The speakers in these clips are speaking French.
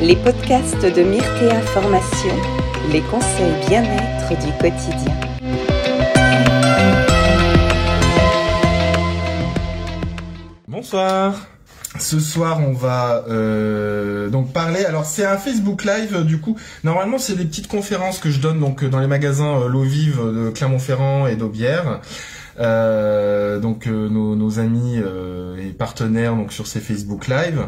Les podcasts de Myrtea Formation, les conseils bien-être du quotidien. Bonsoir. Ce soir, on va donc parler. Alors, c'est un Facebook Live. Du coup, normalement, c'est des petites conférences que je donne donc dans les magasins L'Eau Vive de Clermont-Ferrand et d'Aubière. Nos amis et partenaires donc sur ces Facebook Live.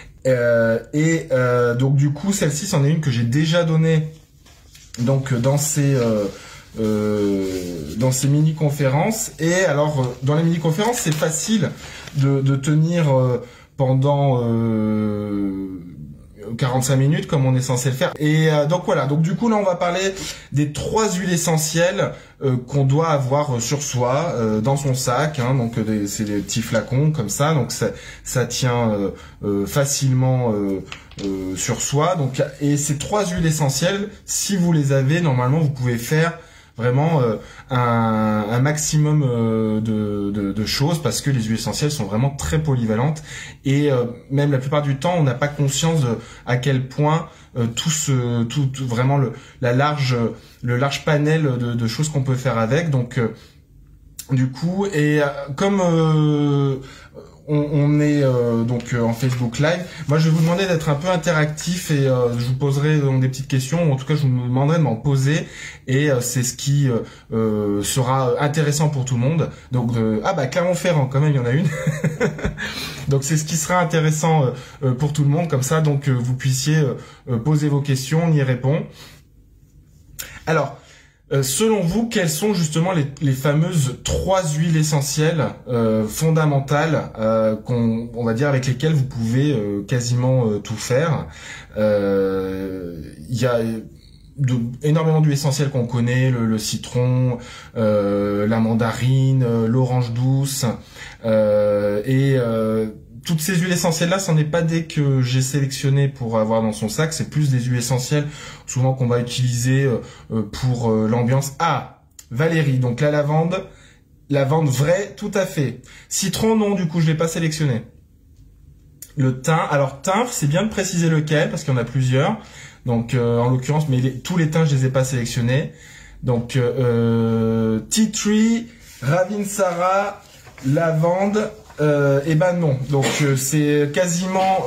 Donc du coup, celle-ci, c'en est une que j'ai déjà donnée donc dans ces mini-conférences. Et alors, dans les mini-conférences, c'est facile de tenir pendant 45 minutes comme on est censé le faire. Et donc voilà, donc du coup là on va parler des 3 huiles essentielles qu'on doit avoir sur soi, dans son sac, hein, donc c'est des petits flacons comme ça, donc ça tient facilement sur soi. Donc, et ces 3 huiles essentielles, si vous les avez, normalement vous pouvez faire vraiment un maximum de choses, parce que les huiles essentielles sont vraiment très polyvalentes et même la plupart du temps on n'a pas conscience de à quel point tout vraiment le large panel de choses qu'on peut faire avec. Donc du coup, et comme on est donc en Facebook Live, moi je vais vous demander d'être un peu interactif et je vous poserai donc des petites questions, ou en tout cas je vous demanderai de m'en poser, et c'est ce qui sera intéressant pour tout le monde. Donc Clermont-Ferrand quand même, il y en a une. Donc c'est ce qui sera intéressant pour tout le monde, comme ça donc vous puissiez poser vos questions, on y répond. Alors, selon vous, quelles sont justement les fameuses 3 huiles essentielles fondamentales on va dire avec lesquelles vous pouvez quasiment tout faire. Il y a énormément d'huiles essentielles qu'on connaît, le citron, la mandarine, l'orange douce, toutes ces huiles essentielles-là, c'en est pas des que j'ai sélectionnées pour avoir dans son sac. C'est plus des huiles essentielles, souvent qu'on va utiliser pour l'ambiance. Ah, Valérie, donc la lavande vraie, tout à fait. Citron, non, du coup, je l'ai pas sélectionné. Le thym, alors thym, c'est bien de préciser lequel, parce qu'il y en a plusieurs. Donc, en l'occurrence, mais tous les thym, je les ai pas sélectionnés. Donc, tea tree, ravinsara, lavande. Non, donc c'est quasiment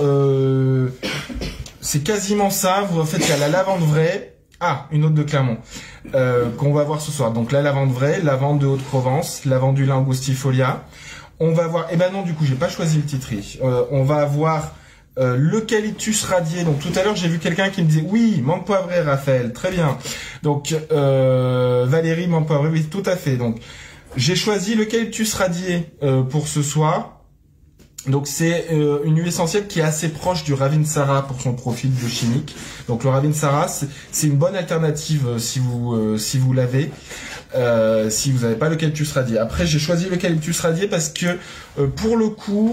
ça. En fait, il y a la lavande vraie. Ah, une autre de Clermont qu'on va voir ce soir. Donc la lavande vraie, lavande de Haute-Provence, lavandula angustifolia. On va voir. Non, du coup, j'ai pas choisi le titri. On va avoir l'eucalyptus radié. Donc tout à l'heure, j'ai vu quelqu'un qui me disait oui, menthe poivrée, Raphaël, très bien. Donc Valérie, menthe poivrée, oui, tout à fait. Donc j'ai choisi l'eucalyptus radié pour ce soir. Donc c'est une huile essentielle qui est assez proche du ravinsara pour son profil biochimique. Donc le ravinsara, c'est une bonne alternative si vous l'avez. Si vous n'avez pas l'eucalyptus radié. Après, j'ai choisi l'eucalyptus radié parce que pour le coup,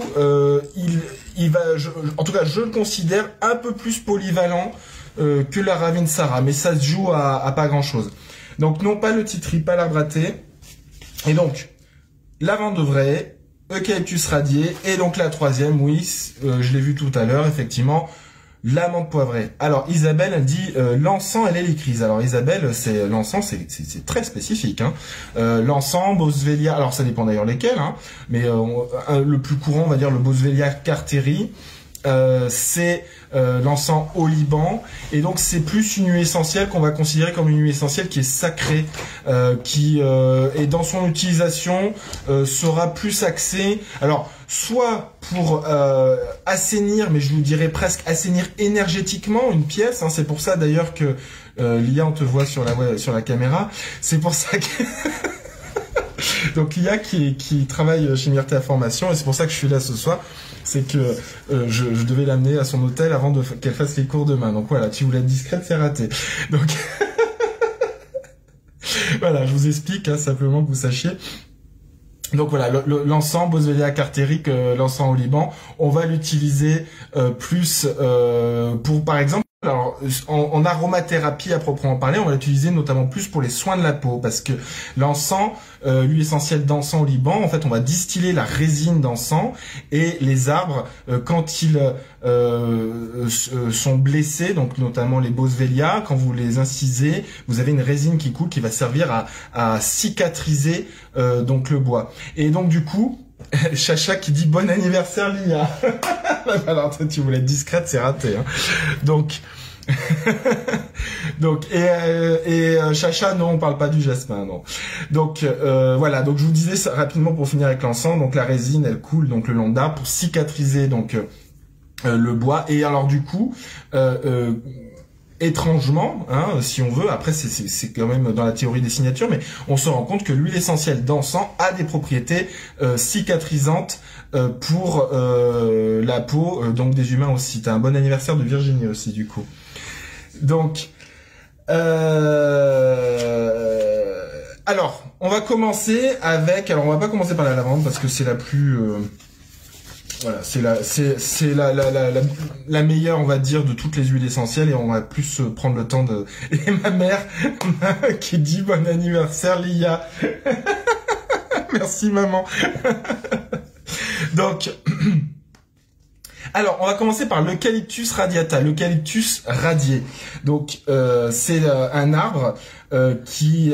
en tout cas, je le considère un peu plus polyvalent que la ravinsara, mais ça se joue à pas grand chose. Donc non, pas le titri, pas l'arbre à thé. Et donc, lavande vraie, eucalyptus radié, et donc la troisième, oui, je l'ai vu tout à l'heure, effectivement, la menthe poivrée. Alors Isabelle, elle dit l'encens et l'hélicryse. Alors Isabelle, l'encens, c'est très spécifique, hein. L'encens, Boswellia, alors ça dépend d'ailleurs lesquels, hein, mais le plus courant, on va dire le Boswellia carteri. C'est l'encens au Liban, et donc c'est plus une huile essentielle qu'on va considérer comme une huile essentielle qui est sacrée, qui et dans son utilisation sera plus axée, alors soit pour assainir, mais je vous dirais presque assainir énergétiquement une pièce, hein, c'est pour ça d'ailleurs que Lia, on te voit sur la caméra, c'est pour ça que donc Lia qui travaille chez Myrtea Formation, et c'est pour ça que je suis là ce soir. C'est que je devais l'amener à son hôtel avant qu'elle fasse les cours demain. Donc voilà, tu voulais être discrète, c'est raté. Donc voilà, je vous explique, hein, simplement que vous sachiez. Donc voilà, l'encens Boswellia carterique, l'encens au Liban, on va l'utiliser plus pour, par exemple, Alors, en aromathérapie à proprement parler, on va l'utiliser notamment plus pour les soins de la peau, parce que l'encens, l'huile essentielle d'encens au Liban, en fait, on va distiller la résine d'encens, et les arbres, quand ils sont blessés, donc notamment les boswellia, quand vous les incisez, vous avez une résine qui coule qui va servir à cicatriser donc le bois. Et donc du coup, Chacha qui dit bon anniversaire Lia. Alors toi tu voulais être discrète, c'est raté. Hein. Donc Chacha, non, on parle pas du jasmin, non. Donc voilà, donc je vous disais ça rapidement pour finir avec l'encens. Donc la résine, elle coule donc le long d'arbre pour cicatriser donc le bois. Et alors du coup, étrangement, hein, si on veut, après c'est quand même dans la théorie des signatures, mais on se rend compte que l'huile essentielle d'encens a des propriétés cicatrisantes pour la peau, donc des humains aussi. T'as un bon anniversaire de Virginie aussi, du coup. Donc, alors, on va commencer avec... Alors, on va pas commencer par la lavande, parce que c'est la plus... Voilà, c'est la meilleure, on va dire, de toutes les huiles essentielles, et on va plus prendre le temps de... Et ma mère qui dit bon anniversaire, Lia. Merci, maman. Donc... Alors, on va commencer par l'Eucalyptus radiata, l'Eucalyptus radié. Donc, c'est un arbre qui,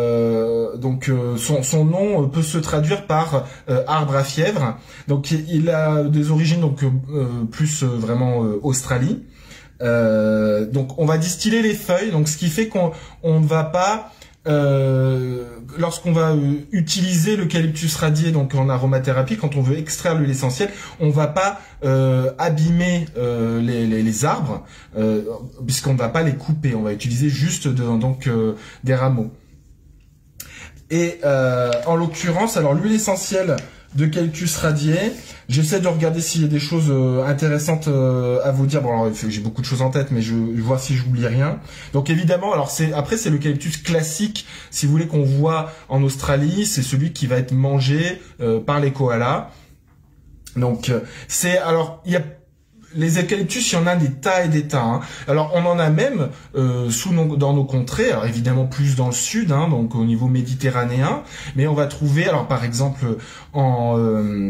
son nom peut se traduire par arbre à fièvre. Donc, il a des origines donc plus vraiment Australie. Donc, on va distiller les feuilles. Donc, ce qui fait qu'on ne va pas lorsqu'on va utiliser l'eucalyptus radié donc en aromathérapie, quand on veut extraire l'huile essentielle, on va pas abîmer les arbres puisqu'on ne va pas les couper, on va utiliser juste des rameaux. Et en l'occurrence, alors l'huile essentielle d'eucalyptus radié, j'essaie de regarder s'il y a des choses intéressantes à vous dire. Bon, alors j'ai beaucoup de choses en tête, mais je vais voir si j'oublie rien. Donc évidemment, alors c'est l'eucalyptus classique, si vous voulez, qu'on voit en Australie. C'est celui qui va être mangé par les koalas. Donc il y a les eucalyptus, il y en a des tas et des tas. Hein. Alors, on en a même dans nos contrées, alors évidemment plus dans le sud, hein, donc au niveau méditerranéen, mais on va trouver, alors par exemple, on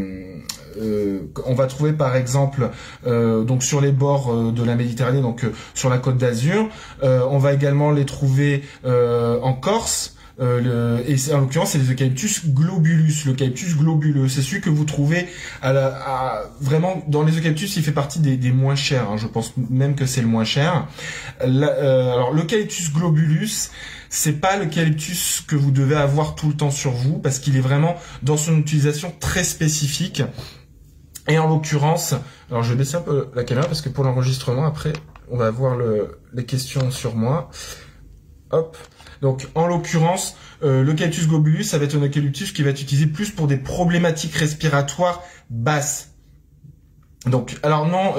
va trouver par exemple donc sur les bords de la Méditerranée, donc sur la Côte d'Azur. On va également les trouver en Corse. Et en l'occurrence, c'est les eucalyptus globulus. L'eucalyptus globuleux, c'est celui que vous trouvez vraiment dans les eucalyptus. Il fait partie des moins chers. Hein, je pense même que c'est le moins cher. Alors l'eucalyptus globulus, c'est pas l'eucalyptus que vous devez avoir tout le temps sur vous, parce qu'il est vraiment dans son utilisation très spécifique. Et en l'occurrence, alors je vais baisser un peu la caméra parce que pour l'enregistrement, après, on va voir les questions sur moi. Hop. Donc, en l'occurrence, l'eucalyptus globulus, ça va être un eucalyptus qui va être utilisé plus pour des problématiques respiratoires basses. Donc, alors non,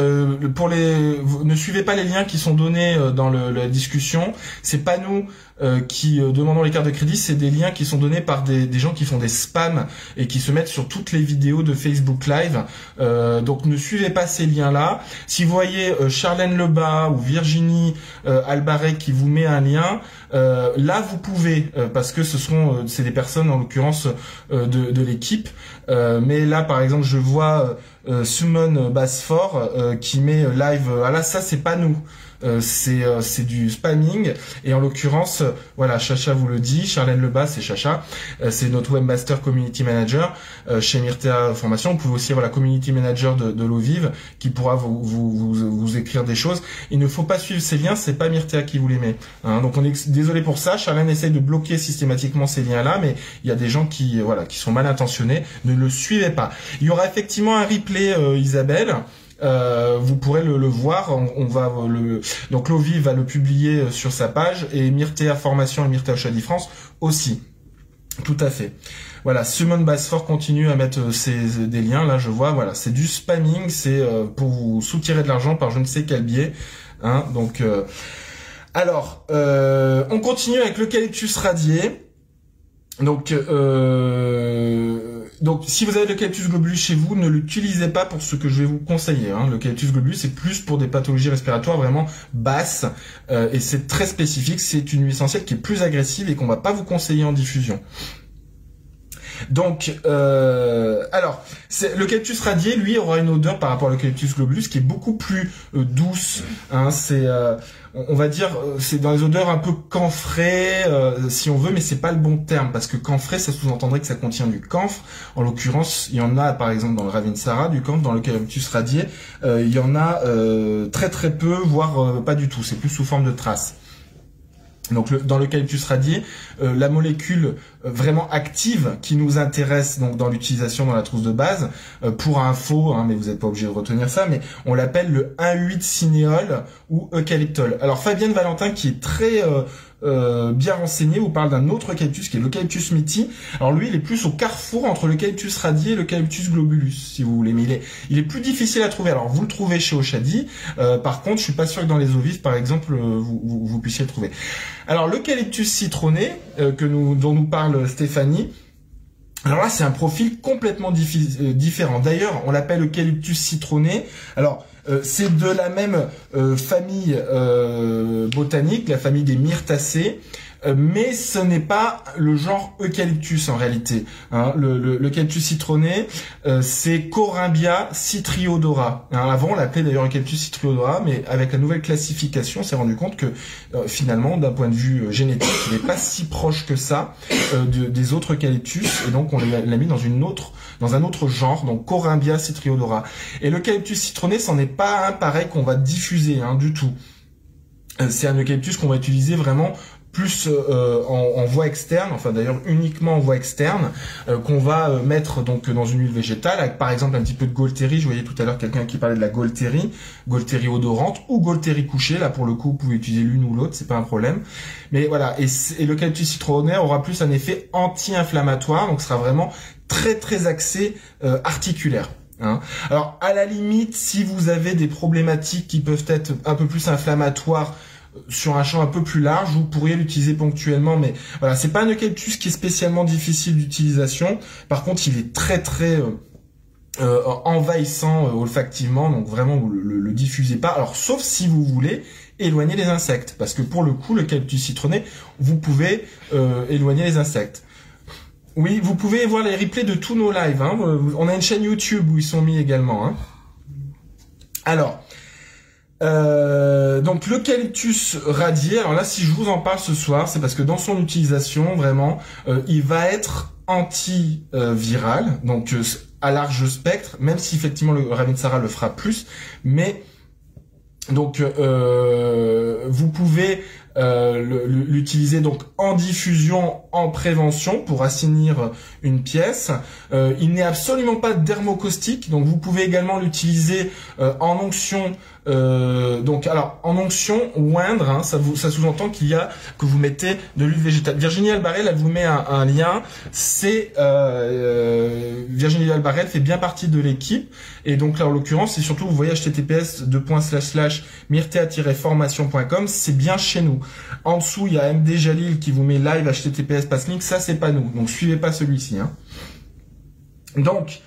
ne suivez pas les liens qui sont donnés dans la discussion. C'est pas nous qui demandons les cartes de crédit, c'est des liens qui sont donnés par des gens qui font des spams et qui se mettent sur toutes les vidéos de Facebook Live. Donc, ne suivez pas ces liens-là. Si vous voyez Charlène Lebas ou Virginie Albaret qui vous met un lien, là vous pouvez, parce que c'est des personnes en l'occurrence de l'équipe. Mais là, par exemple, je vois Summon Bassfort qui met live. Ah là, ça c'est pas nous. C'est du spamming, et en l'occurrence, voilà, Chacha vous le dit, Charlène Lebas, c'est Chacha, c'est notre webmaster community manager chez Myrtea Formation. Vous pouvez aussi avoir la community manager de l'eau vive qui pourra vous écrire des choses. Il ne faut pas suivre ces liens, c'est pas Myrtea qui vous les met. Hein, donc on est désolé pour ça. Charlène essaye de bloquer systématiquement ces liens-là, mais il y a des gens qui sont mal intentionnés. Ne le suivez pas. Il y aura effectivement un replay, Isabelle. Vous pourrez le voir. Donc l'eau vive va le publier sur sa page, et Myrtea Formation et Myrtea Chadi France aussi. Tout à fait. Voilà, Simon Bassfort continue à mettre des liens. Là, je vois. Voilà, c'est du spamming. C'est pour vous soutirer de l'argent par je ne sais quel biais. Hein, donc, alors, on continue avec l'eucalyptus radié. Donc, donc, si vous avez l'eucalyptus globulus chez vous, ne l'utilisez pas pour ce que je vais vous conseiller. Hein. L'eucalyptus globulus, c'est plus pour des pathologies respiratoires vraiment basses, et c'est très spécifique. C'est une huile essentielle qui est plus agressive et qu'on va pas vous conseiller en diffusion. Donc, alors, l'eucalyptus radié, lui, aura une odeur par rapport à l'eucalyptus globulus qui est beaucoup plus douce. Hein, on va dire, c'est dans les odeurs un peu camphrées, si on veut, mais c'est pas le bon terme parce que camphré, ça sous-entendrait que ça contient du camphre. En l'occurrence, il y en a, par exemple, dans le Ravintsara, du camphre, dans l'eucalyptus radié, il y en a très très peu, voire pas du tout. C'est plus sous forme de traces. Donc dans l'eucalyptus radié, la molécule vraiment active qui nous intéresse donc dans l'utilisation dans la trousse de base, pour info, hein, mais vous n'êtes pas obligé de retenir ça, mais on l'appelle le 1,8-cinéol ou eucalyptol. Alors Fabienne Valentin, qui est très bien renseigné, vous parle d'un autre eucalyptus qui est l'eucalyptus miti. Alors lui, il est plus au carrefour entre l'eucalyptus radié et l'eucalyptus globulus, si vous voulez, mais il est plus difficile à trouver. Alors vous le trouvez chez Oshadi, par contre, je suis pas sûr que dans les eaux vives, par exemple, vous puissiez le trouver. Alors l'eucalyptus citronné, dont nous parle Stéphanie, alors là, c'est un profil complètement différent. D'ailleurs, on l'appelle eucalyptus citronné. Alors, c'est de la même famille botanique, la famille des myrtacées, mais ce n'est pas le genre eucalyptus en réalité. Hein, l'eucalyptus citronné, c'est Corymbia citriodora. Hein, avant, on l'appelait d'ailleurs eucalyptus citriodora, mais avec la nouvelle classification, on s'est rendu compte que finalement, d'un point de vue génétique, il n'est pas si proche que ça des autres eucalyptus, et donc on l'a mis dans un autre genre, donc Corymbia citriodora. Et l'eucalyptus citronné, c'en est pas un pareil qu'on va diffuser du tout. C'est un eucalyptus qu'on va utiliser vraiment plus en voie externe, enfin d'ailleurs uniquement en voie externe, qu'on va mettre donc dans une huile végétale avec par exemple un petit peu de Gaultérie. Je voyais tout à l'heure quelqu'un qui parlait de la Gaultérie odorante ou Gaultérie couchée. Là pour le coup vous pouvez utiliser l'une ou l'autre, c'est pas un problème. Mais voilà, et l'eucalyptus citronné aura plus un effet anti-inflammatoire, donc sera vraiment très très axé articulaire. Hein. Alors à la limite, si vous avez des problématiques qui peuvent être un peu plus inflammatoires sur un champ un peu plus large, vous pourriez l'utiliser ponctuellement, mais voilà, c'est pas un eucalyptus qui est spécialement difficile d'utilisation. Par contre, il est très très envahissant olfactivement, donc vraiment vous le diffusez pas. Alors sauf si vous voulez éloigner les insectes, parce que pour le coup, l'eucalyptus citronné, vous pouvez éloigner les insectes. Oui, vous pouvez voir les replays de tous nos lives. Hein. On a une chaîne YouTube où ils sont mis également. Hein. Alors. Donc l'eucalyptus radié, alors là si je vous en parle ce soir, c'est parce que dans son utilisation vraiment, il va être antiviral, donc à large spectre, même si effectivement le Ravintsara le fera plus, mais donc vous pouvez l'utiliser donc en diffusion, en prévention pour assainir une pièce. Il n'est absolument pas dermocaustique, donc vous pouvez également l'utiliser en onction. Donc alors en onction oindre, hein, ça sous-entend que vous mettez de l'huile végétale. Virginie Albarel, elle vous met un lien. C'est Virginie Albarel fait bien partie de l'équipe, et donc là en l'occurrence c'est surtout, vous voyez, https://myrtea-formation.com, c'est bien chez nous. En dessous il y a MD Jalil qui vous met live https passlink, ça c'est pas nous, donc suivez pas celui-ci. Hein. Donc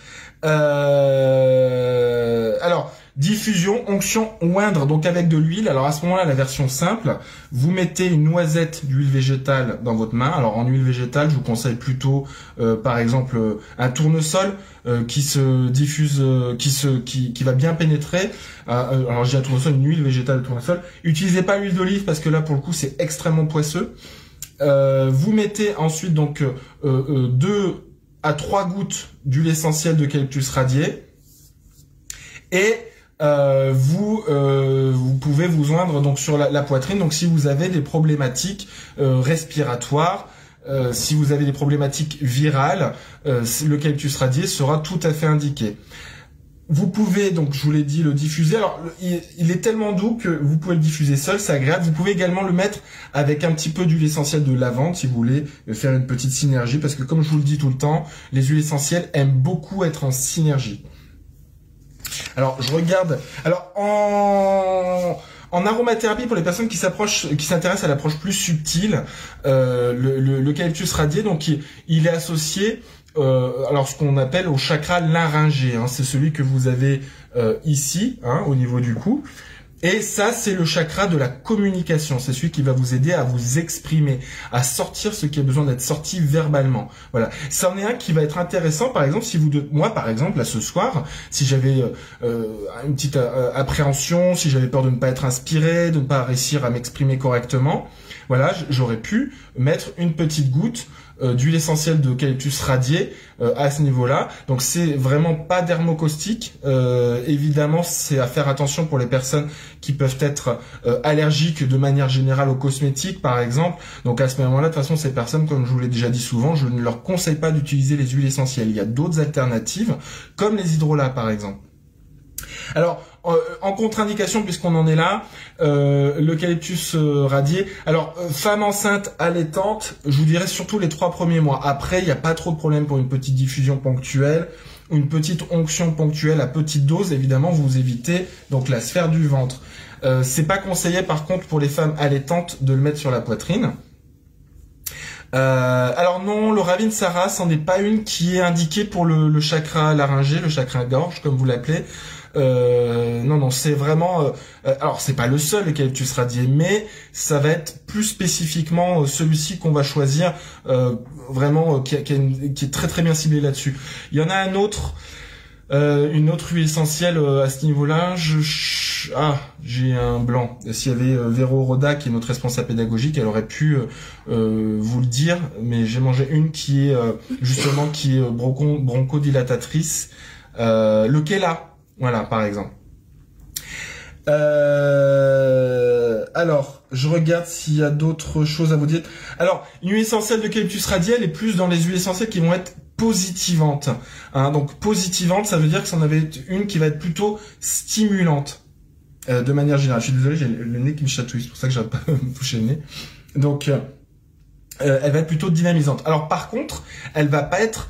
alors diffusion, onction, oindre, donc avec de l'huile. Alors à ce moment-là, la version simple, vous mettez une noisette d'huile végétale dans votre main. Alors en huile végétale, je vous conseille plutôt, par exemple, un tournesol qui se diffuse, qui va bien pénétrer. Alors j'ai un tournesol, une huile végétale de tournesol. Utilisez pas l'huile d'olive parce que là, pour le coup, c'est extrêmement poisseux. Vous mettez ensuite donc 2 à 3 gouttes d'huile essentielle d'eucalyptus radié et vous pouvez vous oindre donc sur la poitrine. Donc si vous avez des problématiques respiratoires, si vous avez des problématiques virales, l'eucalyptus radié sera tout à fait indiqué. Vous pouvez donc, je vous l'ai dit, le diffuser. Alors il est tellement doux que vous pouvez le diffuser seul, c'est agréable. Vous pouvez également le mettre avec un petit peu d'huile essentielle de lavande si vous voulez faire une petite synergie, parce que comme je vous le dis tout le temps, les huiles essentielles aiment beaucoup être en synergie. Alors je regarde. Alors en aromathérapie, pour les personnes qui s'intéressent à l'approche plus subtile, l'eucalyptus radié, donc il est associé alors ce qu'on appelle au chakra laryngé, hein, c'est celui que vous avez ici, hein, au niveau du cou. Et ça, c'est le chakra de la communication. C'est celui qui va vous aider à vous exprimer, à sortir ce qui a besoin d'être sorti verbalement. Voilà. C'en est un qui va être intéressant, par exemple, si moi, par exemple, là, ce soir, si j'avais une petite appréhension, si j'avais peur de ne pas être inspiré, de ne pas réussir à m'exprimer correctement, voilà, j'aurais pu mettre une petite goutte d'huile essentielle d'eucalyptus radié à ce niveau-là. Donc c'est vraiment pas dermocaustique. Évidemment, c'est à faire attention pour les personnes qui peuvent être allergiques de manière générale aux cosmétiques, par exemple. Donc à ce moment-là, de toute façon, ces personnes, comme je vous l'ai déjà dit souvent, je ne leur conseille pas d'utiliser les huiles essentielles. Il y a d'autres alternatives, comme les hydrolats, par exemple. Alors, en contre-indication, puisqu'on en est là, l'eucalyptus radié. Alors, femme enceinte, allaitante, je vous dirais surtout les 3 premiers mois. Après, il n'y a pas trop de problème pour une petite diffusion ponctuelle, ou une petite onction ponctuelle à petite dose. Évidemment, vous évitez donc la sphère du ventre. C'est pas conseillé, par contre, pour les femmes allaitantes de le mettre sur la poitrine. Alors non, le Ravinsara, c'en est pas une qui est indiquée pour le chakra laryngé, le chakra gorge, comme vous l'appelez. Non, c'est vraiment... alors, c'est pas le seul eucalyptus radié, mais ça va être plus spécifiquement celui-ci qu'on va choisir, vraiment, qui est très très bien ciblé là-dessus. Il y en a un autre, une autre huile essentielle à ce niveau-là. J'ai un blanc. S'il y avait Véro Roda, qui est notre responsable pédagogique, elle aurait pu vous le dire, mais j'ai mangé une qui est justement bronchodilatatrice, le Kela. Voilà, par exemple. Alors, je regarde s'il y a d'autres choses à vous dire. Alors, une huile essentielle d'eucalyptus radié, elle est plus dans les huiles essentielles qui vont être positivantes. Hein, donc, positivante, ça veut dire que ça en avait une qui va être plutôt stimulante, de manière générale. Je suis désolé, j'ai le nez qui me chatouille, c'est pour ça que j'arrête pas de me toucher le nez. Donc, elle va être plutôt dynamisante. Alors, par contre, elle va pas être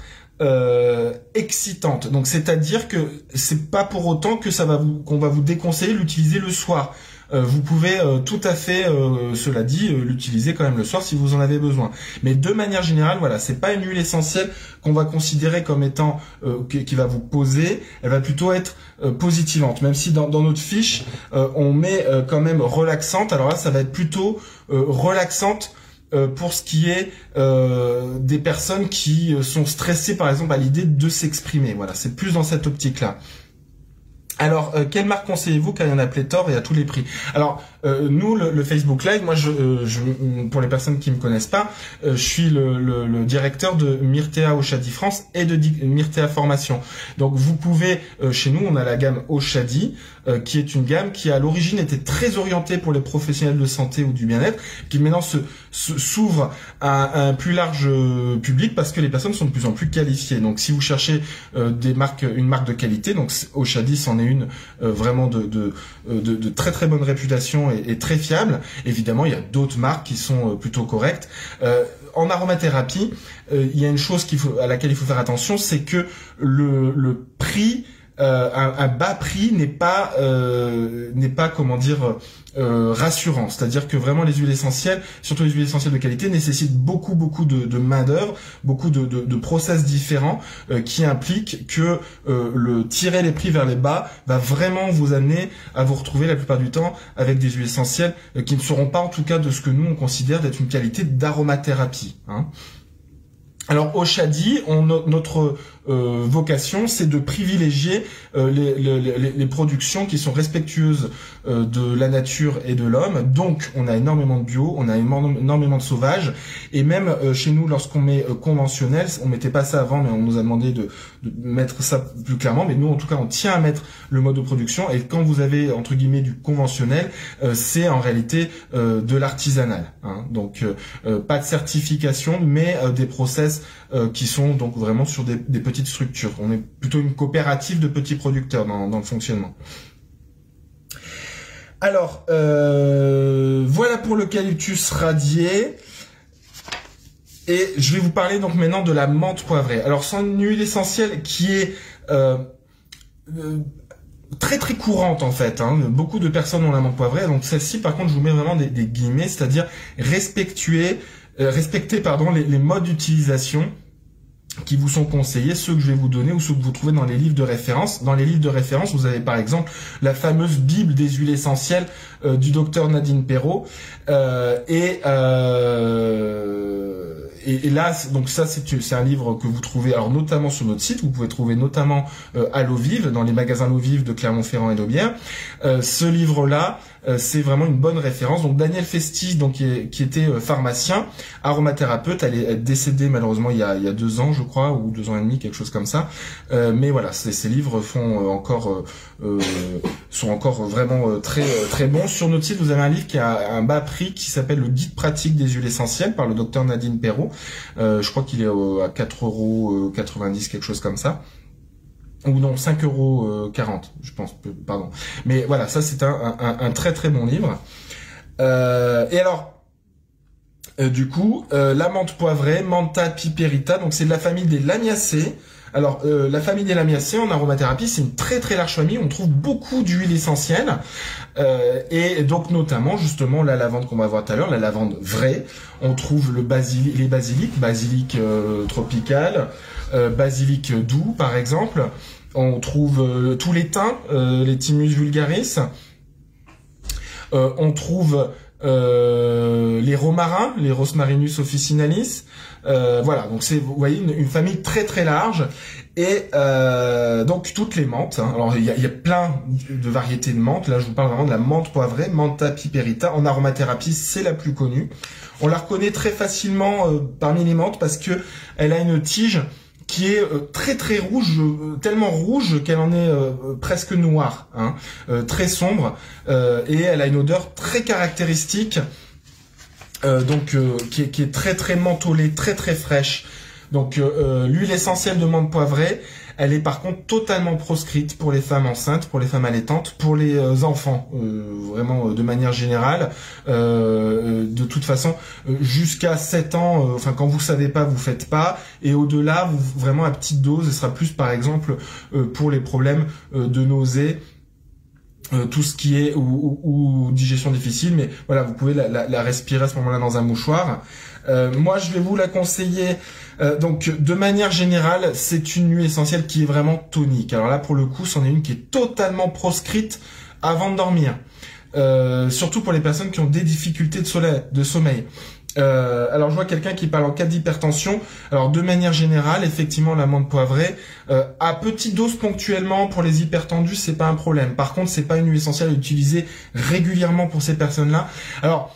excitante. Donc c'est-à-dire que c'est pas pour autant que qu'on va vous déconseiller l'utiliser le soir. Vous pouvez tout à fait, cela dit, l'utiliser quand même le soir si vous en avez besoin. Mais de manière générale, voilà, c'est pas une huile essentielle qu'on va considérer comme étant qui va vous poser. Elle va plutôt être positivante. Même si dans notre fiche, on met quand même relaxante. Alors là, ça va être plutôt relaxante. Pour ce qui est des personnes qui sont stressées, par exemple, à l'idée de s'exprimer. Voilà, c'est plus dans cette optique-là. Alors, quelle marque conseillez-vous, car il y en a pléthore et à tous les prix? Alors, nous, le Facebook Live, moi, pour les personnes qui me connaissent pas, je suis le directeur de Myrtea Oshadi France et de Myrtea Formation. Donc, vous pouvez, chez nous, on a la gamme Oshadi, qui est une gamme qui, à l'origine, était très orientée pour les professionnels de santé ou du bien-être, qui maintenant s'ouvre à un plus large public parce que les personnes sont de plus en plus qualifiées. Donc, si vous cherchez une marque de qualité, donc Oshadi c'en est une vraiment de très très bonne réputation et très fiable. Évidemment, il y a d'autres marques qui sont plutôt correctes. En aromathérapie, il y a une chose à laquelle il faut faire attention, c'est que le prix, un bas prix n'est pas comment dire rassurant. C'est-à-dire que vraiment les huiles essentielles, surtout les huiles essentielles de qualité, nécessitent beaucoup de main d'œuvre, beaucoup de process différents qui impliquent que tirer les prix vers les bas va vraiment vous amener à vous retrouver la plupart du temps avec des huiles essentielles qui ne seront pas en tout cas de ce que nous on considère d'être une qualité d'aromathérapie. Hein. Alors Oshadi, notre vocation, c'est de privilégier les productions qui sont respectueuses de la nature et de l'homme. Donc, on a énormément de bio, on a énormément de sauvage, et même chez nous, lorsqu'on met conventionnel, on mettait pas ça avant, mais on nous a demandé de mettre ça plus clairement. Mais nous, en tout cas, on tient à mettre le mode de production. Et quand vous avez entre guillemets du conventionnel, c'est en réalité de l'artisanal. Hein. Donc, pas de certification, mais des process qui sont donc vraiment sur des petites structures. On est plutôt une coopérative de petits producteurs dans le fonctionnement. Alors, voilà pour l'eucalyptus radié. Et je vais vous parler donc maintenant de la menthe poivrée. Alors, c'est une huile essentielle qui est très très courante en fait. Hein. Beaucoup de personnes ont la menthe poivrée. Donc celle-ci, par contre, je vous mets vraiment des guillemets, c'est-à-dire respecter les modes d'utilisation. qui vous sont conseillés, ceux que je vais vous donner ou ceux que vous trouvez dans les livres de référence. Dans les livres de référence, vous avez par exemple la fameuse Bible des huiles essentielles du docteur Nadine Perrault. Et là, donc ça, c'est un livre que vous trouvez, alors notamment sur notre site, vous pouvez trouver notamment à l'eau vive, dans les magasins l'eau vive de Clermont-Ferrand et d'Aubière. Ce livre-là, c'est vraiment une bonne référence. Donc Danielle Festi, donc qui était pharmacien, aromathérapeute, elle est décédée malheureusement il y a 2 ans, je crois, ou 2 ans et demi, quelque chose comme ça. Mais voilà, ces livres sont encore vraiment très bons. Sur notre site, vous avez un livre qui a un bas prix qui s'appelle le guide pratique des huiles essentielles par le docteur Nadine Perrault. Je crois qu'il est à 4,90 €, quelque chose comme ça. Ou non, 5,40 €, je pense, pardon. Mais voilà, ça c'est un très bon livre. Et alors, du coup, la menthe poivrée, Mentha piperita, donc c'est de la famille des Lamiacées. Alors, la famille des Lamiacées en aromathérapie, c'est une très large famille. On trouve beaucoup d'huiles essentielles. Et donc, notamment, justement, la lavande qu'on va voir tout à l'heure, la lavande vraie. On trouve les basiliques, basilic tropical, basilic doux, par exemple. On trouve tous les thym, les Thymus vulgaris. On trouve les romarins, les Rosmarinus officinalis. Voilà, donc c'est, vous voyez, une famille très large. Et donc toutes les menthes. Hein. Alors il y a plein de variétés de menthes. Là, je vous parle vraiment de la menthe poivrée, Mentha piperita. En aromathérapie, c'est la plus connue. On la reconnaît très facilement parmi les menthes parce que elle a une tige qui est très rouge, tellement rouge qu'elle en est presque noire, hein, très sombre, et elle a une odeur très caractéristique, qui est très mentholée, très fraîche. Donc l'huile essentielle de menthe poivrée, elle est par contre totalement proscrite pour les femmes enceintes, pour les femmes allaitantes, pour les enfants, vraiment de manière générale. De toute façon, jusqu'à 7 ans, enfin quand vous savez pas, vous faites pas. Et au-delà, vraiment à petite dose, ce sera plus par exemple pour les problèmes de nausées. Tout ce qui est ou digestion difficile, mais voilà, vous pouvez la respirer à ce moment-là dans un mouchoir. Moi, je vais vous la conseiller. Donc, de manière générale, c'est une huile essentielle qui est vraiment tonique. Alors là, pour le coup, c'en est une qui est totalement proscrite avant de dormir. Surtout pour les personnes qui ont des difficultés de sommeil. Alors je vois quelqu'un qui parle en cas d'hypertension. Alors de manière générale, effectivement, la menthe poivrée, à petite dose ponctuellement pour les hypertendus, c'est pas un problème. Par contre, c'est pas une huile essentielle à utiliser régulièrement pour ces personnes-là. Alors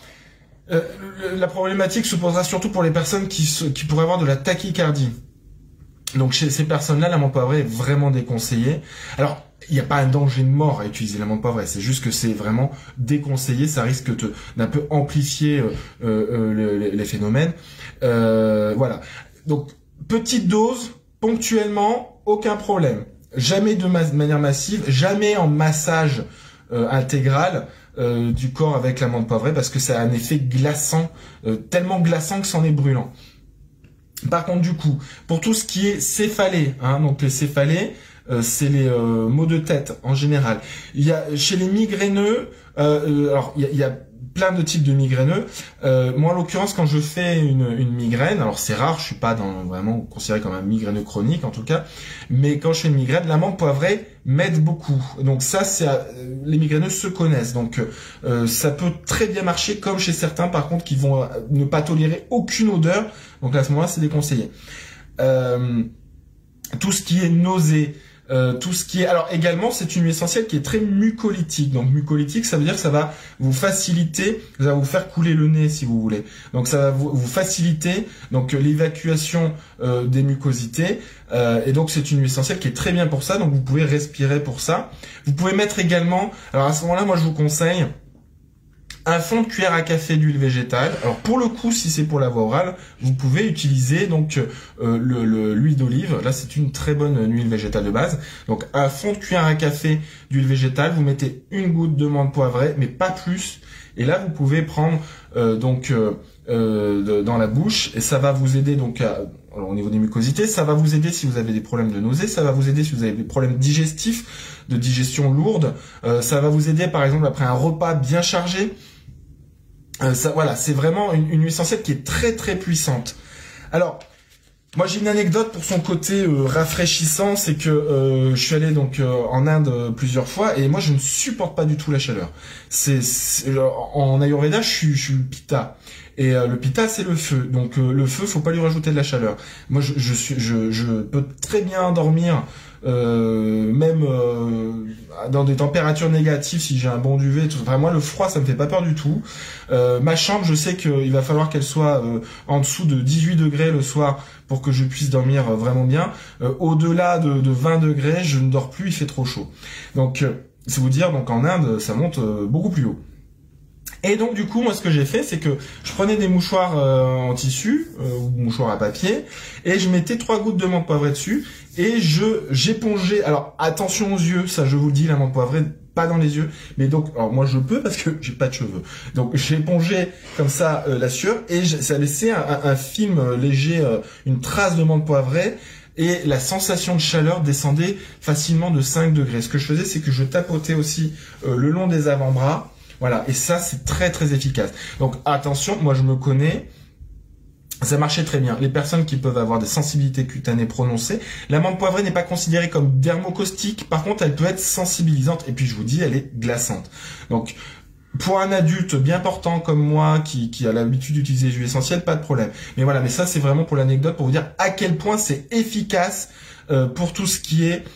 la problématique se posera surtout pour les personnes qui pourraient avoir de la tachycardie. Donc chez ces personnes-là, la menthe poivrée est vraiment déconseillée. Alors il n'y a pas un danger de mort à utiliser la menthe poivrée, c'est juste que c'est vraiment déconseillé, ça risque d'un peu amplifier les phénomènes. Voilà. Donc petite dose, ponctuellement, aucun problème. Jamais de manière massive, jamais en massage intégral du corps avec la menthe poivrée parce que ça a un effet glaçant, tellement glaçant que c'en est brûlant. Par contre, du coup, pour tout ce qui est céphalée, hein, donc les céphalées, c'est les maux de tête en général. Il y a chez les migraineux, alors il y a plein de types de migraineux. Moi, en l'occurrence, quand je fais une migraine, alors c'est rare, je suis pas vraiment considéré comme un migraineux chronique en tout cas, mais quand je fais une migraine, la menthe poivrée m'aide beaucoup. Donc ça, les migraineux se connaissent. Donc ça peut très bien marcher, comme chez certains, par contre, qui vont ne pas tolérer aucune odeur. Donc là, à ce moment-là, c'est déconseillé. Tout ce qui est nausée, tout ce qui est... Alors également, c'est une huile essentielle qui est très mucolytique. Donc mucolytique, ça veut dire que ça va vous faciliter, ça va vous faire couler le nez si vous voulez. Donc ça va vous faciliter donc l'évacuation des mucosités. Et donc c'est une huile essentielle qui est très bien pour ça. Donc vous pouvez respirer pour ça. Vous pouvez mettre également... Alors à ce moment-là, moi je vous conseille un fond de cuillère à café d'huile végétale. Alors pour le coup, si c'est pour la voie orale, vous pouvez utiliser donc l'huile d'olive. Là, c'est une très bonne huile végétale de base. Donc un fond de cuillère à café d'huile végétale, vous mettez une goutte de menthe poivrée, mais pas plus. Et là, vous pouvez prendre dans la bouche et ça va vous aider donc alors, au niveau des mucosités, ça va vous aider si vous avez des problèmes de nausée, ça va vous aider si vous avez des problèmes digestifs, de digestion lourde, ça va vous aider par exemple après un repas bien chargé. Voilà, c'est vraiment une huile essentielle qui est très puissante. Alors, Moi j'ai une anecdote pour son côté rafraîchissant, c'est que je suis allé donc en Inde plusieurs fois et moi je ne supporte pas du tout la chaleur. En Ayurveda je suis pitta et le pitta c'est le feu, donc le feu faut pas lui rajouter de la chaleur. Moi je peux très bien dormir même dans des températures négatives si j'ai un bon duvet. Enfin moi le froid ça me fait pas peur du tout. Ma chambre je sais qu'il va falloir qu'elle soit en dessous de 18 degrés le soir pour que je puisse dormir vraiment bien. Au-delà de 20 degrés, je ne dors plus, il fait trop chaud. Donc, c'est vous dire, donc en Inde, ça monte beaucoup plus haut. Et donc, du coup, moi, ce que j'ai fait, c'est que je prenais des mouchoirs en tissu, ou mouchoirs à papier, et je mettais 3 gouttes de menthe poivrée dessus, et j'épongeais. Alors, attention aux yeux, ça je vous le dis, la menthe poivrée, pas dans les yeux, mais donc, alors moi je peux parce que j'ai pas de cheveux. Donc j'épongeais comme ça la sueur et ça laissait un film léger, une trace de menthe poivrée et la sensation de chaleur descendait facilement de 5 degrés. Ce que je faisais, c'est que je tapotais aussi le long des avant-bras. Voilà, et ça c'est très très efficace. Donc attention, moi je me connais. Ça marchait très bien. Les personnes qui peuvent avoir des sensibilités cutanées prononcées, la menthe poivrée n'est pas considérée comme dermocaustique. Par contre, elle peut être sensibilisante. Et puis, je vous dis, elle est glaçante. Donc, pour un adulte bien portant comme moi, qui a l'habitude d'utiliser les huiles essentielles, pas de problème. Mais voilà, mais ça, c'est vraiment pour l'anecdote, pour vous dire à quel point c'est efficace pour tout ce qui est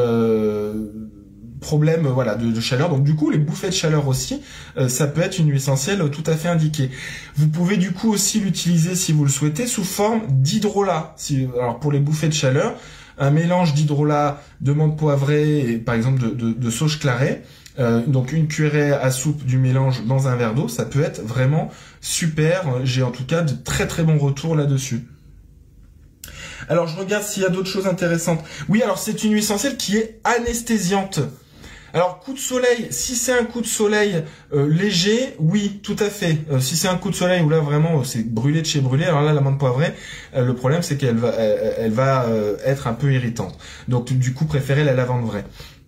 problème voilà de chaleur. Donc du coup les bouffées de chaleur aussi ça peut être une huile essentielle tout à fait indiquée. Vous pouvez du coup aussi l'utiliser si vous le souhaitez sous forme d'hydrolat. Alors pour les bouffées de chaleur, un mélange d'hydrolat, de menthe poivrée et par exemple de sauge clarée, donc une cuillerée à soupe du mélange dans un verre d'eau, ça peut être vraiment super. J'ai en tout cas de très très bons retours là-dessus. Alors je regarde s'il y a d'autres choses intéressantes. Oui, alors c'est une huile essentielle qui est anesthésiante. Alors coup de soleil, si c'est un coup de soleil léger, oui, tout à fait. Si c'est un coup de soleil où là vraiment c'est brûlé de chez brûlé, alors là la menthe poivrée, le problème c'est qu'elle va être un peu irritante. Donc du coup préférez la lavande vraie.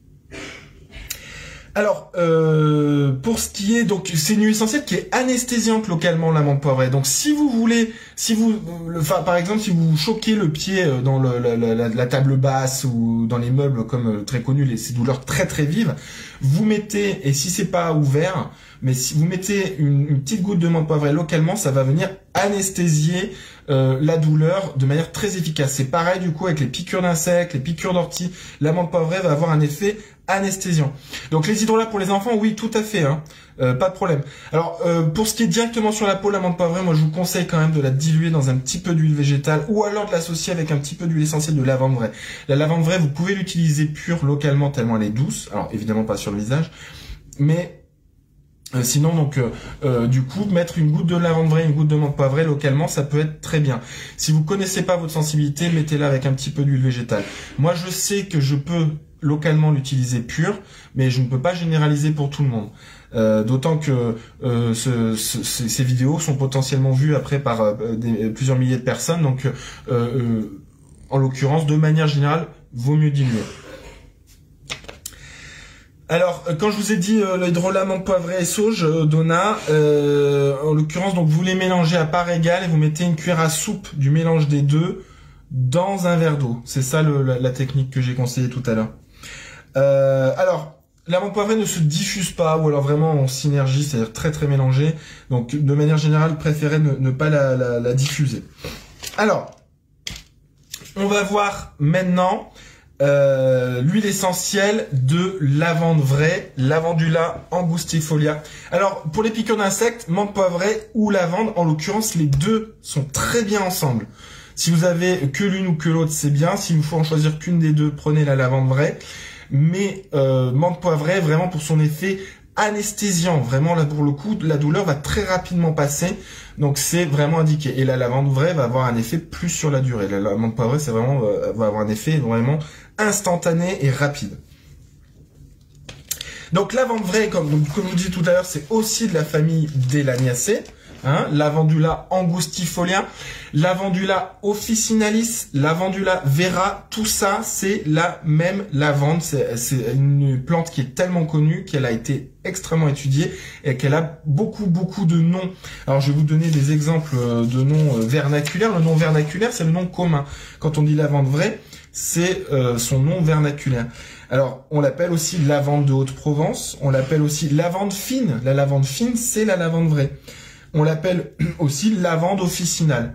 Alors, pour ce qui est, donc c'est une huile essentielle qui est anesthésiante localement, la menthe poivrée. Donc si vous voulez, par exemple, si vous choquez le pied dans la table basse ou dans les meubles comme très connu, ces douleurs très très vives, vous mettez, et si c'est pas ouvert, mais si vous mettez une petite goutte de menthe poivrée localement, ça va venir anesthésier la douleur de manière très efficace. C'est pareil du coup avec les piqûres d'insectes, les piqûres d'ortie, la menthe poivrée va avoir un effet anesthésiant. Donc les hydrolats pour les enfants, oui, tout à fait, hein, pas de problème. Alors pour ce qui est directement sur la peau, la menthe poivrée, moi je vous conseille quand même de la diluer dans un petit peu d'huile végétale ou alors de l'associer avec un petit peu d'huile essentielle de lavande vraie. La lavande vraie, vous pouvez l'utiliser pure localement tellement elle est douce. Alors évidemment pas sur le visage, mais sinon donc du coup mettre une goutte de lavande vraie, une goutte de menthe poivrée localement, ça peut être très bien. Si vous connaissez pas votre sensibilité, mettez-la avec un petit peu d'huile végétale. Moi je sais que je peux localement l'utiliser pur, mais je ne peux pas généraliser pour tout le monde. D'autant que ces vidéos sont potentiellement vues après par plusieurs milliers de personnes, donc en l'occurrence, de manière générale, vaut mieux diluer. Alors, quand je vous ai dit l'hydrolat, menthe poivrée et sauge, Donna, en l'occurrence, donc vous les mélangez à part égale et vous mettez une cuillère à soupe du mélange des deux dans un verre d'eau. C'est ça la technique que j'ai conseillée tout à l'heure. Alors, la menthe poivrée ne se diffuse pas, ou alors vraiment en synergie, c'est-à-dire très très mélangée. Donc, de manière générale, préférez ne pas la diffuser. Alors, on va voir maintenant l'huile essentielle de lavande vraie, Lavandula angustifolia. Alors, pour les piqûres d'insectes, menthe poivrée ou lavande, en l'occurrence, les deux sont très bien ensemble. Si vous avez que l'une ou que l'autre, c'est bien. S'il vous faut en choisir qu'une des deux, prenez la lavande vraie. Mais menthe poivrée, vraiment pour son effet anesthésiant. Vraiment, là, pour le coup, la douleur va très rapidement passer. Donc, c'est vraiment indiqué. Et la lavande vraie va avoir un effet plus sur la durée. La menthe poivrée, c'est vraiment, va avoir un effet vraiment instantané et rapide. Donc, lavande vraie, comme je vous disais tout à l'heure, c'est aussi de la famille des Laniacées. Lavandula angustifolia, Lavandula officinalis, Lavandula vera, tout ça c'est la même lavande. C'est une plante qui est tellement connue qu'elle a été extrêmement étudiée et qu'elle a beaucoup de noms. Alors je vais vous donner des exemples de noms vernaculaires. Le nom vernaculaire c'est le nom commun. Quand on dit lavande vraie, c'est son nom vernaculaire. Alors, on l'appelle aussi lavande de Haute-Provence, on l'appelle aussi lavande fine. La lavande fine, c'est la lavande vraie. On l'appelle aussi lavande officinale.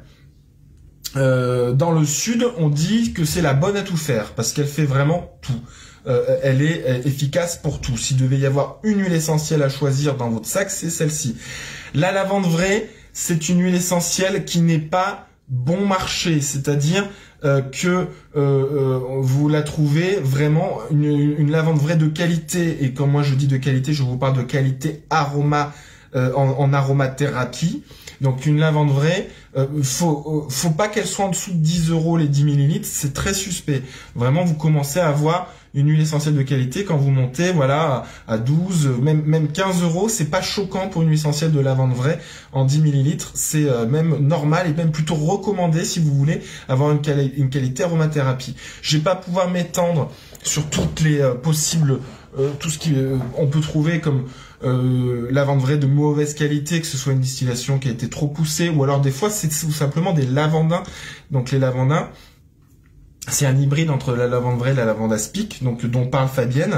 Dans le sud, on dit que c'est la bonne à tout faire, parce qu'elle fait vraiment tout. Elle est efficace pour tout. S'il devait y avoir une huile essentielle à choisir dans votre sac, c'est celle-ci. La lavande vraie, c'est une huile essentielle qui n'est pas bon marché, c'est-à-dire que vous la trouvez vraiment une lavande vraie de qualité. Et quand moi je dis de qualité, je vous parle de qualité aroma en aromathérapie. Donc une lavande vraie, faut pas qu'elle soit en dessous de 10 € les 10 millilitres, c'est très suspect. Vraiment, vous commencez à avoir une huile essentielle de qualité quand vous montez, voilà, à 12, même 15 €, c'est pas choquant pour une huile essentielle de lavande vraie en 10 millilitres, c'est même normal et même plutôt recommandé si vous voulez avoir une qualité aromathérapie. Je vais pas pouvoir m'étendre sur toutes les possibles, tout ce qui on peut trouver comme lavande vraie de mauvaise qualité, que ce soit une distillation qui a été trop poussée, ou alors des fois c'est tout simplement des lavandins. Donc les lavandins, c'est un hybride entre la lavande vraie et la lavande aspic, donc dont parle Fabienne.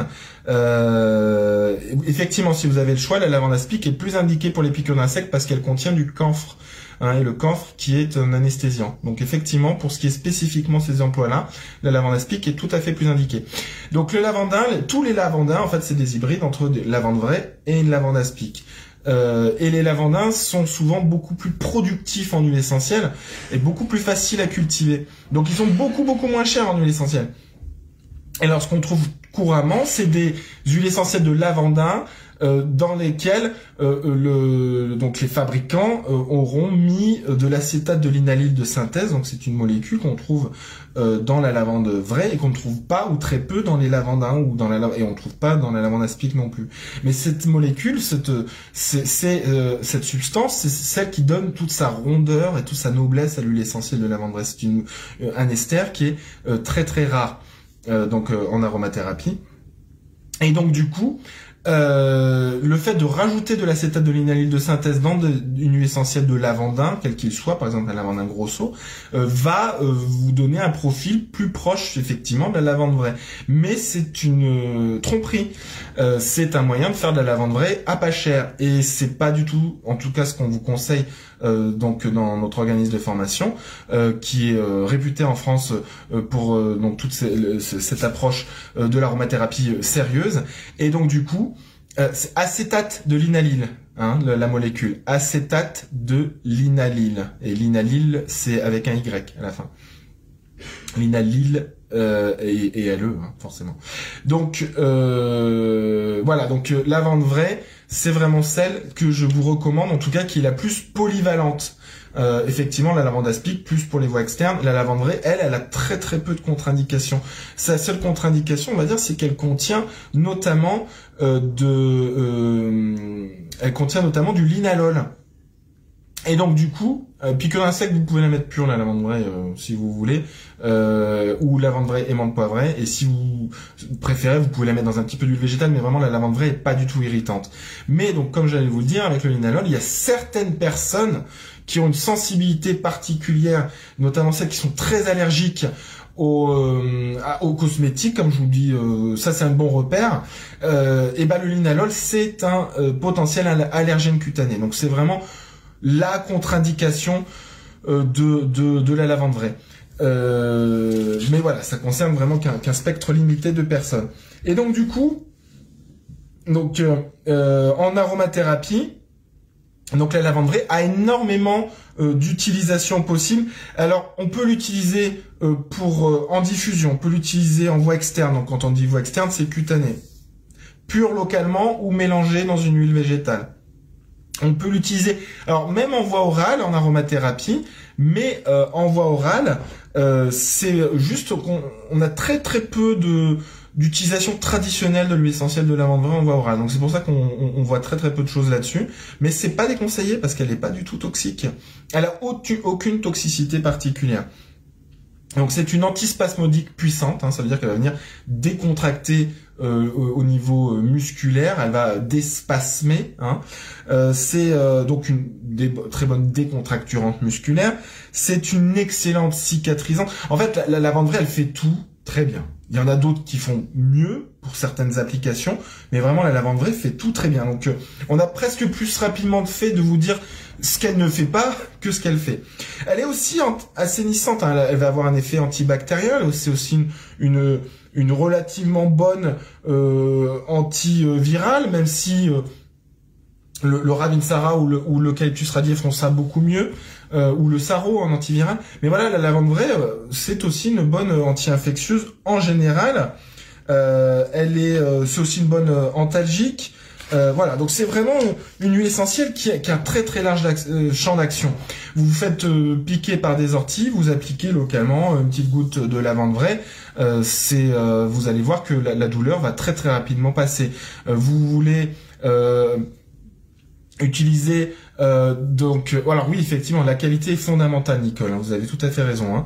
Effectivement, si vous avez le choix, la lavande aspic est plus indiquée pour les piqûres d'insectes parce qu'elle contient du camphre. Et le camphre qui est un anesthésiant. Donc effectivement, pour ce qui est spécifiquement ces emplois-là, la lavande aspic est tout à fait plus indiquée. Donc le lavandin, tous les lavandins, en fait, c'est des hybrides entre une lavande vraie et une lavande aspic. Et les lavandins sont souvent beaucoup plus productifs en huile essentielle et beaucoup plus faciles à cultiver. Donc ils sont beaucoup moins chers en huile essentielle. Et alors ce qu'on trouve couramment, c'est des huiles essentielles de lavandin dans lesquelles donc les fabricants auront mis de l'acétate de linalyle de synthèse. Donc c'est une molécule qu'on trouve dans la lavande vraie et qu'on ne trouve pas ou très peu dans les lavandins ou et on ne trouve pas dans la lavande aspic non plus. Mais cette molécule, cette substance, c'est celle qui donne toute sa rondeur et toute sa noblesse à l'huile essentielle de lavande vraie. C'est un ester qui est très rare en aromathérapie. Et donc du coup, le fait de rajouter de l'acétate de linalyle de synthèse dans une huile essentielle de lavandin, quel qu'il soit, par exemple un lavandin grosso, va vous donner un profil plus proche effectivement de la lavande vraie. Mais c'est une tromperie. C'est un moyen de faire de la lavande vraie à pas cher. Et c'est pas du tout, en tout cas, ce qu'on vous conseille donc dans notre organisme de formation, qui est réputé en France pour donc toute cette approche de l'aromathérapie sérieuse. Et donc du coup, c'est acétate de linalyle, la molécule acétate de linalyle. Et linalyle, c'est avec un Y à la fin. Linalyle et LE, forcément. Donc voilà, donc lavande vraie, c'est vraiment celle que je vous recommande, en tout cas qui est la plus polyvalente. Effectivement, la lavande aspic, plus pour les voies externes. La lavande vraie, elle a très peu de contre-indications. Sa seule contre-indication, on va dire, c'est qu'elle contient notamment du linalol. Et donc du coup, piqûre d'insecte, vous pouvez la mettre pure, la lavande vraie, si vous voulez, ou lavande vraie et menthe poivrée. Et si vous préférez, vous pouvez la mettre dans un petit peu d'huile végétale, mais vraiment la lavande vraie est pas du tout irritante. Mais donc, comme j'allais vous le dire, avec le linalol, il y a certaines personnes qui ont une sensibilité particulière, notamment celles qui sont très allergiques aux cosmétiques, comme je vous dis, ça c'est un bon repère. Et ben le linalol, c'est un potentiel allergène cutané. Donc c'est vraiment la contre-indication de la lavande vraie. Mais voilà, ça concerne vraiment qu'un spectre limité de personnes. Et donc du coup, en aromathérapie, donc la lavande vraie a énormément d'utilisation possible. Alors on peut l'utiliser en diffusion, on peut l'utiliser en voie externe. Donc quand on dit voie externe, c'est cutané, pur localement ou mélangé dans une huile végétale. On peut l'utiliser, alors même en voie orale, en aromathérapie, mais en voie orale, c'est juste qu'on a très peu d'utilisation traditionnelle de l'huile essentielle de lavande vraie en voie orale. Donc c'est pour ça qu'on voit très très peu de choses là-dessus. Mais c'est pas déconseillé parce qu'elle n'est pas du tout toxique. Elle a aucune toxicité particulière. Donc c'est une antispasmodique puissante, ça veut dire qu'elle va venir décontracter au niveau musculaire, elle va déspasmer. C'est donc une très bonne décontracturante musculaire. C'est une excellente cicatrisante. En fait, la lavande vraie, elle fait tout très bien. Il y en a d'autres qui font mieux pour certaines applications, mais vraiment la lavande vraie fait tout très bien. Donc on a presque plus rapidement fait de vous dire ce qu'elle ne fait pas que ce qu'elle fait. Elle est aussi assainissante, elle va avoir un effet antibactériel, c'est aussi une relativement bonne antivirale, même si le Ravinsara ou l'Eucalyptus radié font ça beaucoup mieux, ou le Saro en antiviral. Mais voilà, la lavande vraie, c'est aussi une bonne anti-infectieuse en général. C'est aussi une bonne antalgique. Voilà, donc c'est vraiment une huile essentielle qui a un très très large champ d'action. Vous vous faites piquer par des orties, vous appliquez localement une petite goutte de lavande vraie, vous allez voir que la douleur va très très rapidement passer. Vous voulez utiliser alors oui, effectivement, la qualité est fondamentale, Nicole, vous avez tout à fait raison.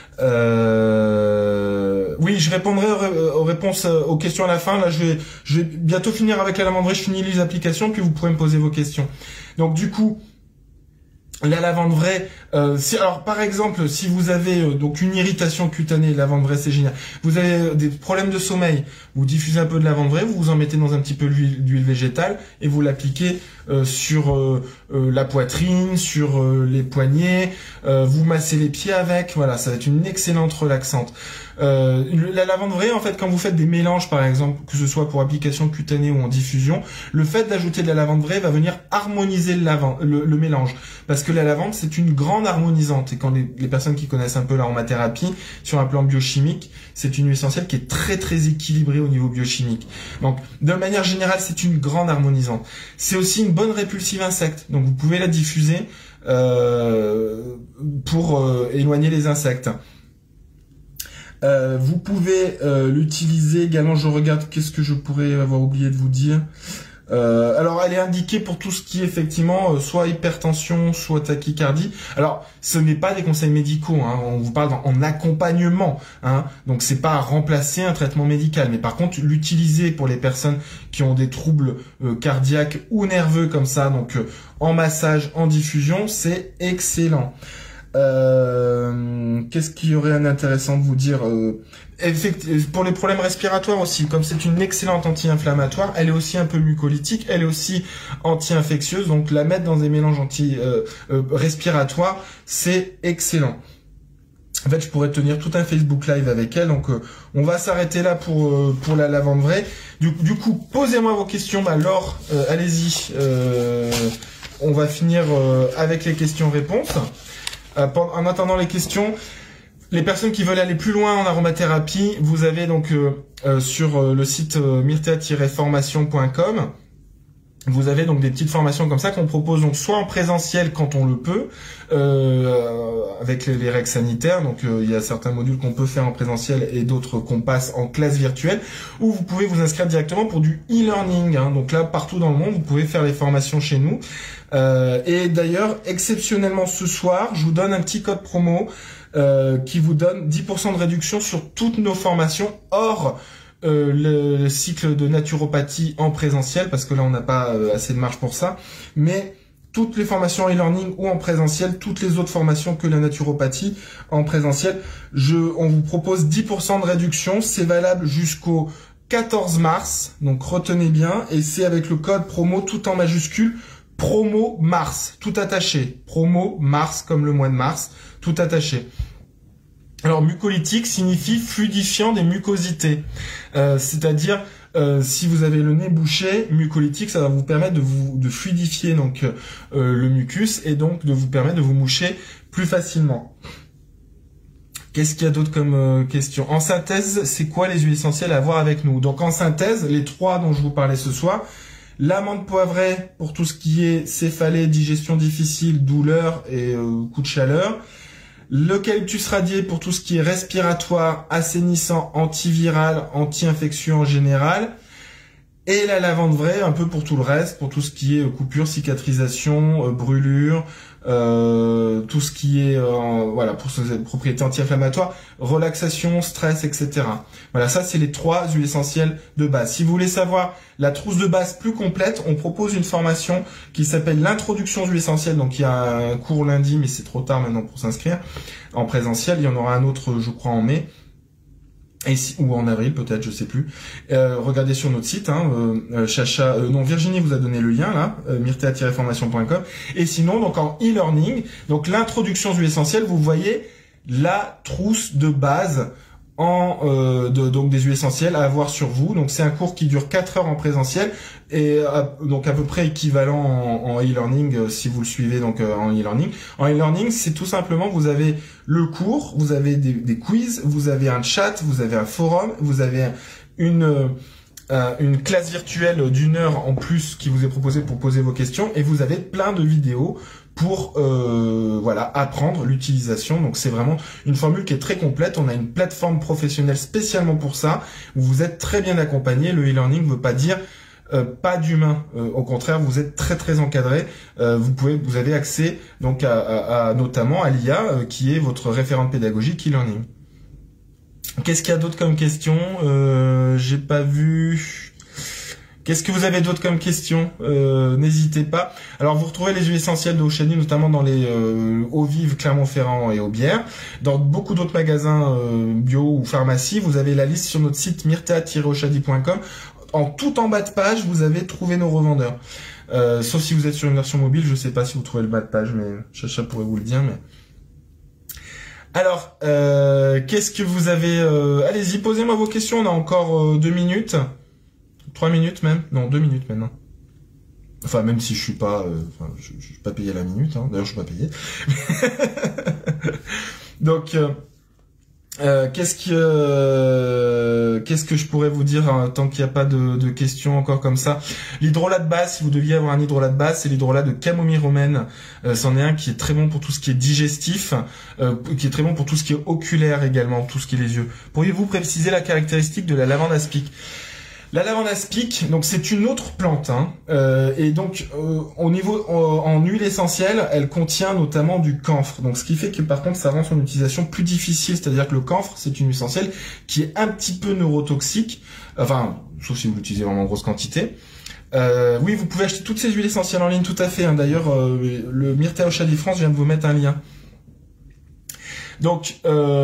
Oui, je répondrai aux réponses aux questions à la fin. Là, je vais bientôt finir avec la lavande vraie. Je finis les applications, puis vous pourrez me poser vos questions. Donc, du coup, la lavande vraie, alors par exemple, si vous avez donc une irritation cutanée, lavande vraie c'est génial. Vous avez des problèmes de sommeil, vous diffusez un peu de lavande vraie, vous en mettez dans un petit peu d'huile végétale et vous l'appliquez sur la poitrine, sur les poignets, vous massez les pieds avec. Voilà, ça va être une excellente relaxante. La lavande vraie, en fait, quand vous faites des mélanges, par exemple, que ce soit pour application cutanée ou en diffusion, le fait d'ajouter de la lavande vraie va venir harmoniser le mélange. Parce que la lavande, c'est une grande harmonisante. Et quand les personnes qui connaissent un peu l'aromathérapie, sur un plan biochimique, c'est une huile essentielle qui est très très équilibrée au niveau biochimique. Donc, de manière générale, c'est une grande harmonisante. C'est aussi une bonne répulsive insecte. Donc, vous pouvez la diffuser pour éloigner les insectes. Vous pouvez l'utiliser également, je regarde qu'est-ce que je pourrais avoir oublié de vous dire. Alors elle est indiquée pour tout ce qui est effectivement soit hypertension, soit tachycardie. Alors ce n'est pas des conseils médicaux, on vous parle en accompagnement, donc c'est pas à remplacer un traitement médical, mais par contre l'utiliser pour les personnes qui ont des troubles cardiaques ou nerveux comme ça, donc en massage, en diffusion, c'est excellent. Qu'est-ce qu'il y aurait d'intéressant de vous dire pour les problèmes respiratoires aussi, comme c'est une excellente anti-inflammatoire, elle est aussi un peu mucolytique, elle est aussi anti-infectieuse, donc la mettre dans des mélanges respiratoires, c'est excellent. En fait, je pourrais tenir tout un Facebook Live avec elle, donc on va s'arrêter là pour la lavande vraie. Du coup, posez-moi vos questions, Laure, allez-y, on va finir avec les questions-réponses. En attendant les questions, les personnes qui veulent aller plus loin en aromathérapie, vous avez donc sur le site myrtea-formation.com, vous avez donc des petites formations comme ça qu'on propose donc soit en présentiel quand on le peut, avec les règles sanitaires, donc il y a certains modules qu'on peut faire en présentiel et d'autres qu'on passe en classe virtuelle, ou vous pouvez vous inscrire directement pour du e-learning, donc là partout dans le monde vous pouvez faire les formations chez nous. Et d'ailleurs exceptionnellement ce soir je vous donne un petit code promo qui vous donne 10% de réduction sur toutes nos formations hors le cycle de naturopathie en présentiel, parce que là on n'a pas assez de marge pour ça, mais toutes les formations e-learning ou en présentiel, toutes les autres formations que la naturopathie en présentiel, on vous propose 10% de réduction, c'est valable jusqu'au 14 mars, donc retenez bien, et c'est avec le code promo tout en majuscule, promo mars, tout attaché, promo mars comme le mois de mars, tout attaché. Alors mucolytique signifie fluidifiant des mucosités, c'est-à-dire si vous avez le nez bouché, mucolytique, ça va vous permettre de fluidifier donc le mucus et donc de vous permettre de vous moucher plus facilement. Qu'est-ce qu'il y a d'autre comme question? En synthèse, c'est quoi les huiles essentielles à avoir avec nous? Donc en synthèse, les trois dont je vous parlais ce soir, l'amande poivrée pour tout ce qui est céphalée, digestion difficile, douleur et coup de chaleur. L'eucalyptus radié pour tout ce qui est respiratoire, assainissant, antiviral, anti-infectieux en général. Et la lavande vraie, un peu pour tout le reste, pour tout ce qui est coupure, cicatrisation, brûlure, tout ce qui est voilà, pour ses propriétés anti-inflammatoires, relaxation, stress, etc. Voilà, ça c'est les 3 huiles essentielles de base. Si vous voulez savoir la trousse de base plus complète, on propose une formation qui s'appelle l'introduction aux huiles essentielles. Donc il y a un cours lundi, mais c'est trop tard maintenant pour s'inscrire en présentiel. Il y en aura un autre, je crois, en mai. Ou en avril peut-être, je sais plus. Regardez sur notre site, Virginie vous a donné le lien là, myrtea-formation.com. Et sinon, donc en e-learning, donc l'introduction aux huiles essentielles, vous voyez la trousse de base donc des huiles essentielles à avoir sur vous. Donc c'est un cours qui dure 4 heures en présentiel et donc à peu près équivalent en e-learning si vous le suivez donc en e-learning. En e-learning, c'est tout simplement vous avez le cours, vous avez des quiz, vous avez un chat, vous avez un forum, vous avez une classe virtuelle d'1 heure en plus qui vous est proposée pour poser vos questions et vous avez plein de vidéos pour voilà, apprendre l'utilisation. Donc c'est vraiment une formule qui est très complète. On a une plateforme professionnelle spécialement pour ça où vous êtes très bien accompagné. Le e-learning ne veut pas dire pas d'humain. Au contraire, vous êtes très très encadré. Vous avez accès donc notamment à l'IA qui est votre référente pédagogique e-learning. Qu'est-ce qu'il y a d'autre comme question? J'ai pas vu. Qu'est-ce que vous avez d'autre comme question? N'hésitez pas. Alors vous retrouvez les huiles essentielles de Auchany, notamment dans les Eaux Vives, Clermont-Ferrand et Aubière. Dans beaucoup d'autres magasins bio ou pharmacie, vous avez la liste sur notre site myrtea-auchany.com. Tout en bas de page, vous avez trouvé nos revendeurs. Sauf si vous êtes sur une version mobile, je sais pas si vous trouvez le bas de page, mais Chacha pourrait vous le dire. Mais alors, qu'est-ce que vous avez allez-y, posez-moi vos questions. On a encore 2 minutes. 3 minutes même. Non, 2 minutes maintenant. Enfin, même si je suis pas je suis pas payé à la minute. Hein. D'ailleurs, je suis pas payé. Donc, qu'est-ce que je pourrais vous dire tant qu'il n'y a pas de questions encore comme ça. L'hydrolat de base, si vous deviez avoir un hydrolat de base, c'est l'hydrolat de camomille romaine. C'en est un qui est très bon pour tout ce qui est digestif, qui est très bon pour tout ce qui est oculaire également, tout ce qui est les yeux. Pourriez-vous préciser la caractéristique de la lavande aspic? La lavande aspic, donc c'est une autre plante, et donc en huile essentielle, elle contient notamment du camphre. Donc ce qui fait que par contre ça rend son utilisation plus difficile, c'est-à-dire que le camphre c'est une huile essentielle qui est un petit peu neurotoxique, enfin sauf si vous l'utilisez vraiment en grosse quantité. Oui, vous pouvez acheter toutes ces huiles essentielles en ligne, tout à fait. D'ailleurs, le Myrtea Auchany France vient de vous mettre un lien. Donc,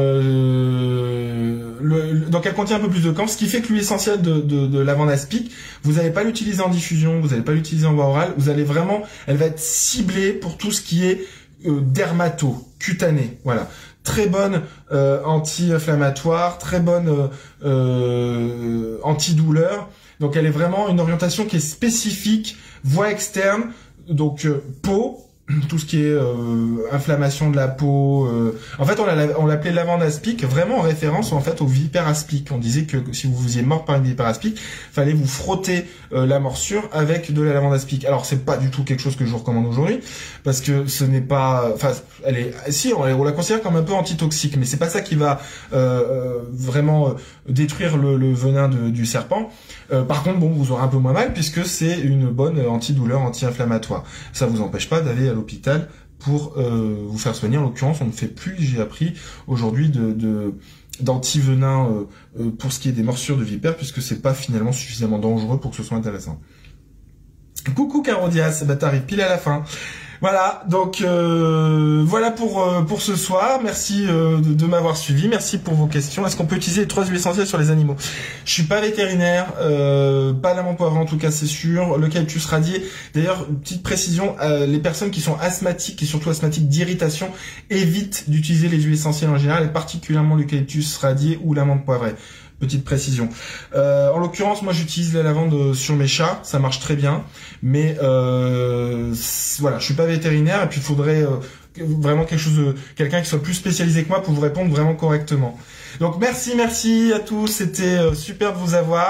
donc elle contient un peu plus de camphre, ce qui fait que l'huile essentielle de lavande aspic, vous n'allez pas l'utiliser en diffusion, vous n'allez pas l'utiliser en voie orale, vous allez vraiment, elle va être ciblée pour tout ce qui est dermato, cutané, voilà. Très bonne anti-inflammatoire, très bonne antidouleur. Donc elle est vraiment une orientation qui est spécifique, voie externe, donc peau, tout ce qui est inflammation de la peau. En fait, on l'appelait lavande aspic, vraiment en référence en fait aux vipères aspic. On disait que si vous faisiez mordre par une vipère aspic, fallait vous frotter la morsure avec de la lavande aspic. Alors c'est pas du tout quelque chose que je vous recommande aujourd'hui, parce que ce n'est pas, enfin, on la considère comme un peu antitoxique, mais c'est pas ça qui va vraiment détruire le venin du serpent. Par contre, bon, vous aurez un peu moins mal puisque c'est une bonne antidouleur, anti-inflammatoire. Ça vous empêche pas d'aller à l'hôpital pour vous faire soigner. En l'occurrence, on ne fait plus, j'ai appris aujourd'hui, d'anti-venin pour ce qui est des morsures de vipères, puisque c'est pas finalement suffisamment dangereux pour que ce soit intéressant. Coucou Carodias, bah t'arrives pile à la fin. Voilà, donc voilà pour ce soir. Merci de m'avoir suivi. Merci pour vos questions. Est-ce qu'on peut utiliser les 3 huiles essentielles sur les animaux? Je suis pas vétérinaire, pas l'amande poivrée en tout cas, c'est sûr. L'eucalyptus radié. D'ailleurs, une petite précision, les personnes qui sont asthmatiques et surtout asthmatiques d'irritation évitent d'utiliser les huiles essentielles en général, et particulièrement l'eucalyptus radié ou l'amande poivrée. Petite précision. En l'occurrence, moi j'utilise la lavande sur mes chats, ça marche très bien. Mais voilà, je suis pas vétérinaire et puis il faudrait vraiment quelqu'un qui soit plus spécialisé que moi pour vous répondre vraiment correctement. Donc merci à tous, c'était super de vous avoir.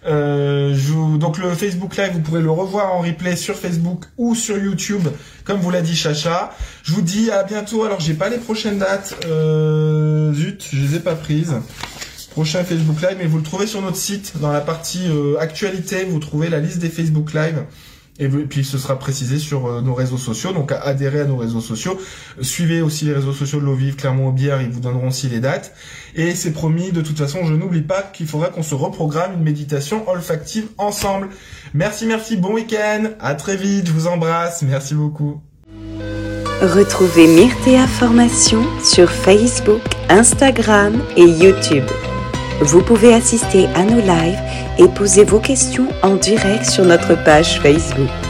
Donc le Facebook Live, vous pourrez le revoir en replay sur Facebook ou sur YouTube, comme vous l'a dit Chacha. Je vous dis à bientôt. Alors j'ai pas les prochaines dates, zut, je les ai pas prises. Prochain Facebook Live, mais vous le trouvez sur notre site, dans la partie actualité, vous trouvez la liste des Facebook Live. Et puis ce sera précisé sur nos réseaux sociaux, donc adhérez à nos réseaux sociaux. Suivez aussi les réseaux sociaux de l'eau vive Clermont-Aubière, ils vous donneront aussi les dates. Et c'est promis, de toute façon, je n'oublie pas qu'il faudra qu'on se reprogramme une méditation olfactive ensemble. Merci, bon week-end, à très vite, je vous embrasse, merci beaucoup. Retrouvez Myrtea Formation sur Facebook, Instagram et YouTube. Vous pouvez assister à nos lives et poser vos questions en direct sur notre page Facebook.